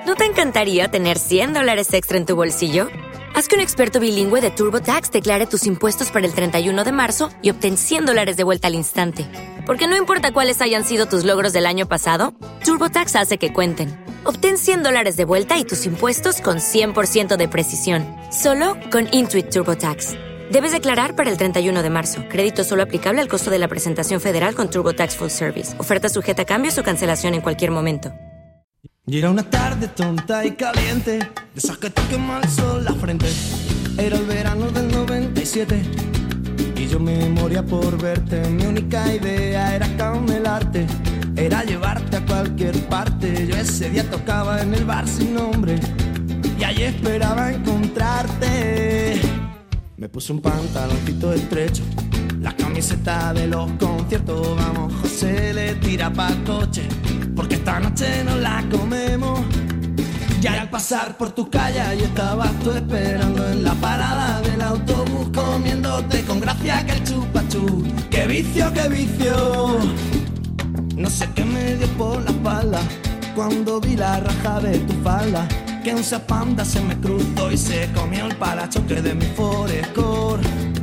¿No te encantaría tener $100 extra en tu bolsillo? Haz que un experto bilingüe de TurboTax declare tus impuestos para el 31 de marzo y obtén $100 de vuelta al instante. Porque no importa cuáles hayan sido tus logros del año pasado, TurboTax hace que cuenten. Obtén $100 de vuelta y tus impuestos con 100% de precisión. Solo con Intuit TurboTax. Debes declarar para el 31 de marzo. Crédito solo aplicable al costo de la presentación federal con TurboTax Full Service. Oferta sujeta a cambios o cancelación en cualquier momento. Y era una tarde tonta y caliente, de esas que te quema el sol la frente. Era el verano del 97 y yo me moría por verte. Mi única idea era camelarte, era llevarte a cualquier parte. Yo ese día tocaba en el bar sin nombre y allí esperaba encontrarte. Me puse un pantaloncito estrecho, la camiseta de los conciertos. Vamos, José, le tira pa'l coche, porque esta noche nos la comemos. Ya al pasar por tu calle y estabas tú esperando en la parada del autobús, comiéndote con gracia que el chupachú. ¡Qué vicio, qué vicio! No sé qué me dio por la espalda cuando vi la raja de tu falda, que un zapanda se me cruzó y se comió el parachoque de mi Forescore.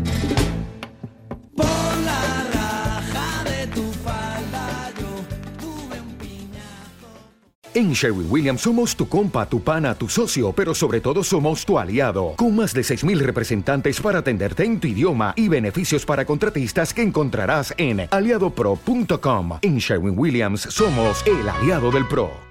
Por la raja de tu falda yo tuve un piñazo. En Sherwin-Williams somos tu compa, tu pana, tu socio, pero sobre todo somos tu aliado, con más de 6,000 representantes para atenderte en tu idioma y beneficios para contratistas que encontrarás en aliadopro.com. En Sherwin-Williams somos el aliado del pro.